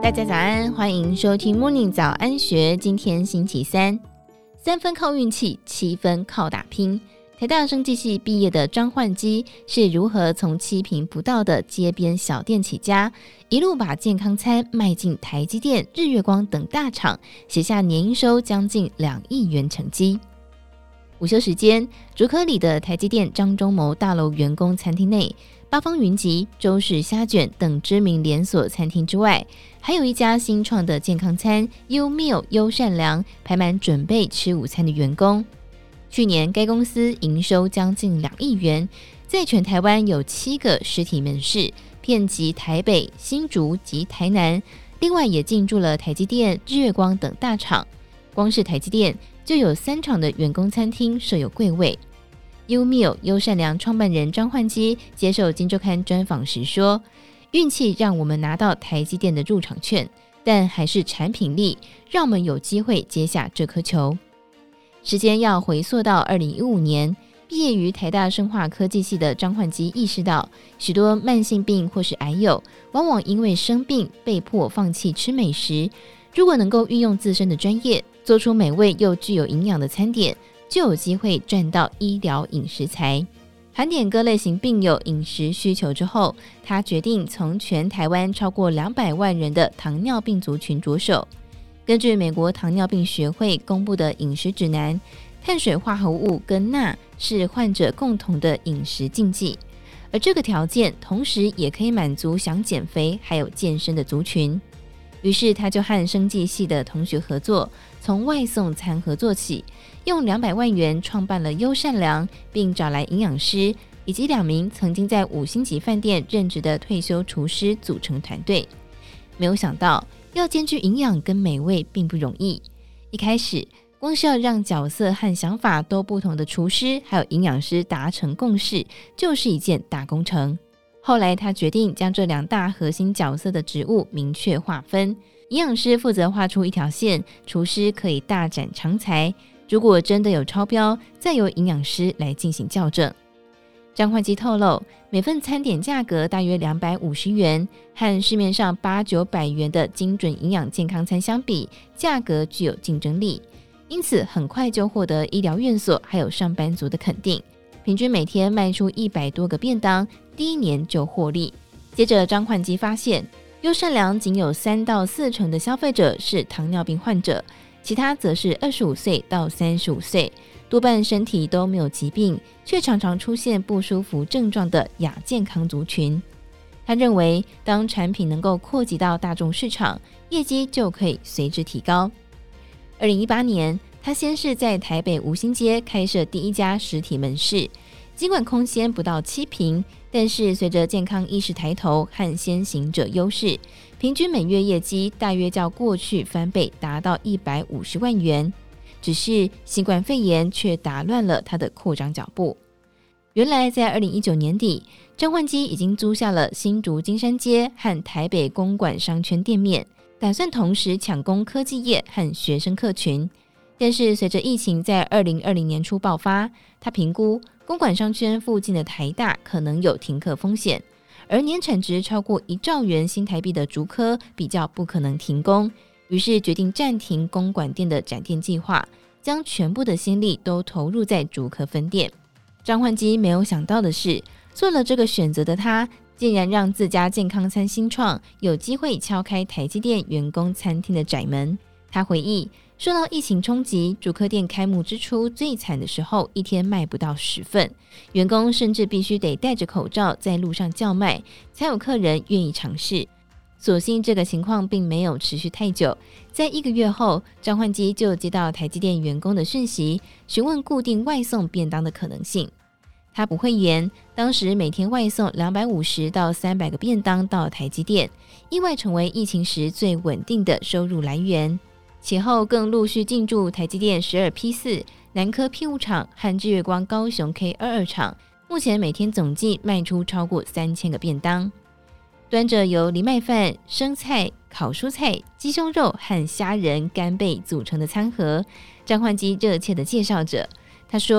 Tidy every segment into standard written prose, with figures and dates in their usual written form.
大家早安，欢迎收听 Morning 早安学。今天星期三，3分靠运气，7分靠打拼。台大生技系毕业的张焕基是如何从7坪不到的街边小店起家，一路把健康餐卖进台积电、日月光等大厂，写下年营收将近2亿元成绩。午休时间，竹科里的台积电张忠谋大楼员工餐厅内，八方云集、周氏虾卷等知名连锁餐厅之外，还有一家新创的健康餐 U-Meal 优善良，排满准备吃午餐的员工。去年该公司营收将近2亿元，在全台湾有7个实体门市，遍及台北、新竹及台南，另外也进驻了台积电、日月光等大厂。光是台积电就有3厂的员工餐厅设有柜位。U-Meal 优善良创办人张焕基接受金周刊专访时说，运气让我们拿到台积电的入场券，但还是产品力让我们有机会接下这颗球。时间要回溯到2015年，毕业于台大生化科技系的张焕基意识到，许多慢性病或是癌友往往因为生病被迫放弃吃美食，如果能够运用自身的专业，做出美味又具有营养的餐点，就有机会赚到医疗饮食财。盘点各类型病友饮食需求之后，他决定从全台湾超过200万人的糖尿病族群着手。根据美国糖尿病学会公布的饮食指南，碳水化合物跟钠是患者共同的饮食禁忌，而这个条件同时也可以满足想减肥还有健身的族群。于是他就和生技系的同学合作，从外送餐盒做起，用200万元创办了优善良，并找来营养师以及2名曾经在5星级饭店任职的退休厨师组成团队。没有想到要兼具营养跟美味并不容易，一开始光是要让角色和想法都不同的厨师还有营养师达成共识，就是一件大工程。后来他决定将这2大核心角色的职务明确划分，营养师负责画出一条线，厨师可以大展长才，如果真的有超标，再由营养师来进行校正。张焕基透露，每份餐点价格大约250元，和市面上800-900元的精准营养健康餐相比，价格具有竞争力，因此很快就获得医疗院所还有上班族的肯定，平均每天卖出100多个便当，第1年就获利。接着张焕基发现，优善良仅有3到4成的消费者是糖尿病患者，其他则是25岁到35岁，多半身体都没有疾病，却常常出现不舒服症状的亚健康族群。他认为，当产品能够扩及到大众市场，业绩就可以随之提高。2018年，他先是在台北吴兴街开设第1家实体门市，尽管空间不到7坪，但是随着健康意识抬头和先行者优势，平均每月业绩大约较过去翻倍，达到150万元。只是新冠肺炎却打乱了他的扩张脚步。原来在2019年底，张焕基已经租下了新竹金山街和台北公馆商圈店面，打算同时抢攻科技业和学生客群。但是随着疫情在2020年初爆发，他评估公馆商圈附近的台大可能有停课风险，而年产值超过1兆元新台币的竹科比较不可能停工，于是决定暂停公馆店的展店计划，将全部的心力都投入在竹科分店。张焕基没有想到的是，做了这个选择的他，竟然让自家健康餐新创有机会敲开台积电员工餐厅的窄门。他回忆，受到疫情冲击，竹科店开幕之初最惨的时候，一天卖不到10份，员工甚至必须得戴着口罩在路上叫卖，才有客人愿意尝试。所幸这个情况并没有持续太久，在1个月后，张焕基就接到台积电员工的讯息，询问固定外送便当的可能性。他不讳言，当时每天外送250到300个便当到台积电，意外成为疫情时最稳定的收入来源。其后更陆续进驻台积电12 P4、南科 P5 厂和日月光高雄 K22 厂，目前每天总计卖出超过3000个便当。端着由藜麦饭、生菜、烤蔬菜、鸡胸肉和虾仁、干贝组成的餐盒，张焕基热切地介绍着。他说，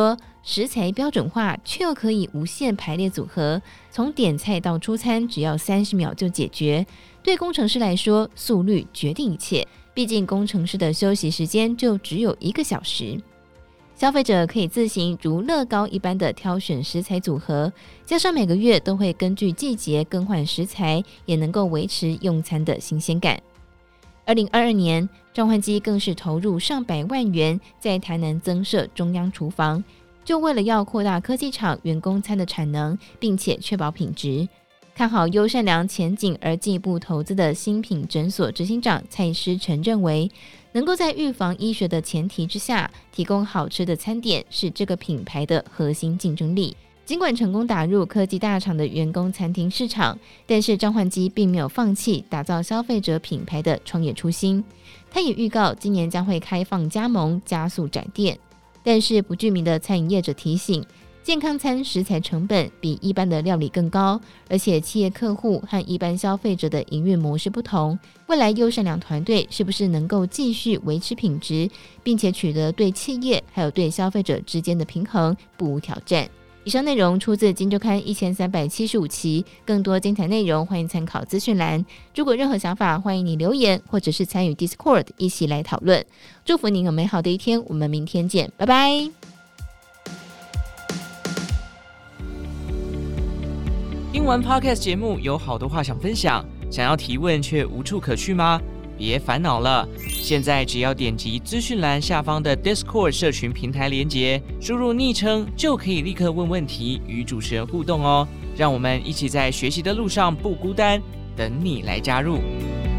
食材标准化，却又可以无限排列组合，从点菜到出餐只要30秒就解决。对工程师来说，速率决定一切，毕竟工程师的休息时间就只有1个小时。消费者可以自行如乐高一般的挑选食材组合，加上每个月都会根据季节更换食材，也能够维持用餐的新鲜感。2022年，召唤机更是投入上百万元在台南增设中央厨房，就为了要扩大科技厂员工餐的产能，并且确保品质。看好优善良前景而进一步投资的新品诊所执行长蔡诗成认为，能够在预防医学的前提之下，提供好吃的餐点是这个品牌的核心竞争力。尽管成功打入科技大厂的员工餐厅市场，但是召唤机并没有放弃打造消费者品牌的创业初心。他也预告今年将会开放加盟，加速展店。但是不具名的餐饮业者提醒，健康餐食材成本比一般的料理更高，而且企业客户和一般消费者的营运模式不同，未来优善良团队是不是能够继续维持品质，并且取得对企业还有对消费者之间的平衡，不无挑战。以上内容出自《今周刊》1375期，更多精彩内容欢迎参考资讯栏。如果任何想法，欢迎你留言或者是参与 Discord 一起来讨论。祝福您有美好的一天，我们明天见，拜拜。 听完 Podcast 节目有好多话想分享，想要提问却无处可去吗？别烦恼了，现在只要点击资讯栏下方的 Discord 社群平台连结，输入昵称就可以立刻问问题，与主持人互动哦。让我们一起在学习的路上不孤单，等你来加入。